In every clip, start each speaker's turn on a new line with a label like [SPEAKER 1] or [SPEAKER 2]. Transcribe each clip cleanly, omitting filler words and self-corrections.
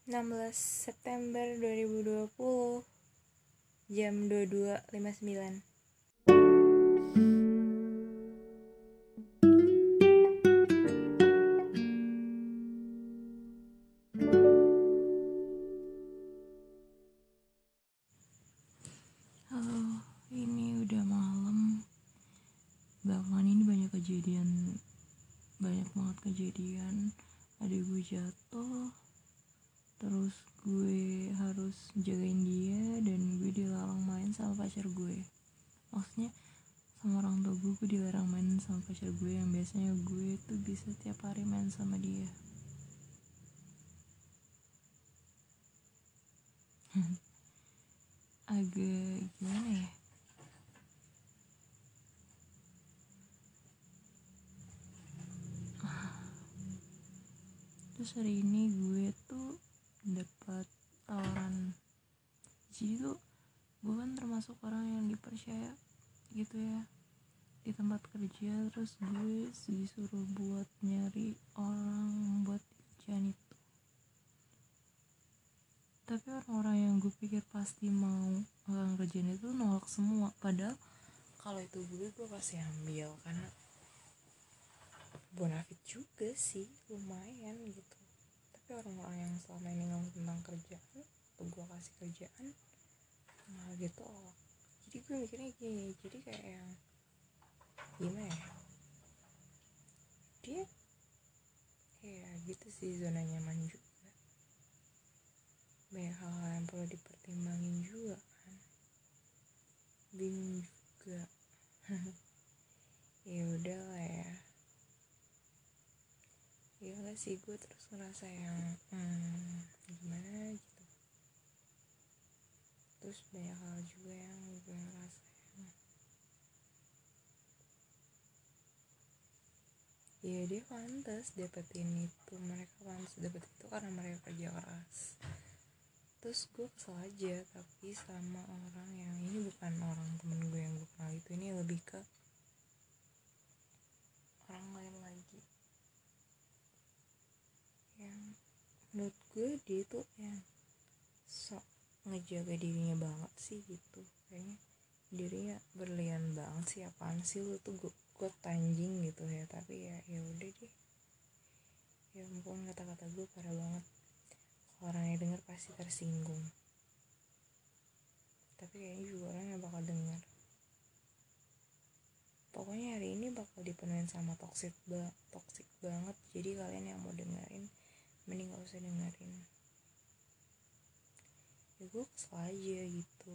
[SPEAKER 1] 16 September 2020 jam 22.59.
[SPEAKER 2] Halo, ini udah malam. Belakangan ini banyak banget kejadian. Adik gue jatuh, terus gue harus jagain dia, dan gue dilarang main sama pacar gue. Maksudnya sama orang tua gue dilarang main sama pacar gue yang biasanya gue tuh bisa tiap hari main sama dia. Agak gimana ya, terus hari ini gue tuh dapat tawaran. Jadi tuh gue kan termasuk orang yang dipercaya gitu ya di tempat kerja, terus gue disuruh buat nyari orang buat kerjaan itu. Tapi orang-orang yang gue pikir pasti mau orang kerjaan itu nolak semua. Padahal kalau itu gue pasti ambil, karena
[SPEAKER 1] Bonafit juga sih, lumayan gitu. Tapi orang-orang yang selama ini ngomong tentang kerjaan atau gue kasih kerjaan malah ditolak. Jadi gue mikirnya gini, jadi kayak yang gimana ya, dia ya gitu sih, zona nyaman juga. Banyak hal-hal yang perlu dipertimbangin juga kan, bingung juga. Ya udah lah ya gak sih, gue terus ngerasa yang gimana gitu. Terus banyak hal juga yang gue ngerasa ya dia pantas dapetin itu, mereka pantas dapetin itu karena mereka kerja keras. Terus gue kesel aja, tapi sama orang yang ini bukan orang temen gue yang gue kenal itu, ini lebih ke orang lain lagi yang menurut gue dia tuh yang sok ngejaga dirinya banget sih gitu. Kayaknya dirinya berlian banget sih, apaan sih lu tuh, gue tanjing gitu ya. Tapi ya udah deh, ya ampun, kata-kata gue parah banget. Kalau orang yang denger pasti tersinggung, tapi kayaknya juga orang yang bakal denger. Pokoknya hari ini bakal dipenuhin sama toxic banget. Jadi kalian yang mau dengerin mending gak usah dengerin. Ya gue kesel aja gitu,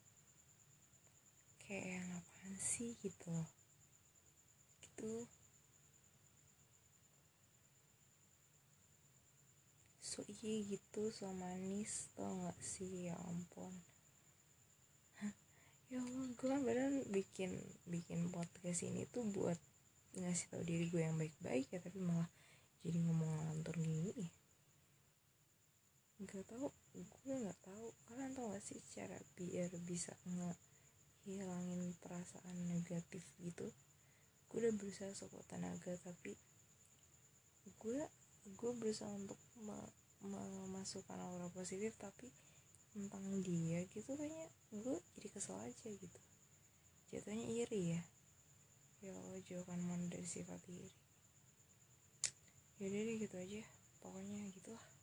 [SPEAKER 1] kayak yang apaan sih gitu loh. Gitu so iya gitu, so manis tau gak sih, ya ampun. Ya Allah, gue kan beneran bikin podcast ini tuh buat ngasih tahu diri gue yang baik-baik ya, tapi malah jadi ngomong ngelantur gini. Gue nggak tahu kalian tau gak sih cara biar bisa ngehilangin perasaan negatif gitu. Gue udah berusaha sekuat tenaga, tapi gue berusaha untuk memasukkan aura positif, tapi tentang dia gitu kayaknya gue jadi kesel aja gitu, jatuhnya iri ya. Ya Allah, jauhkan mon dari sifat iri. Yaudah deh gitu aja, pokoknya gitulah.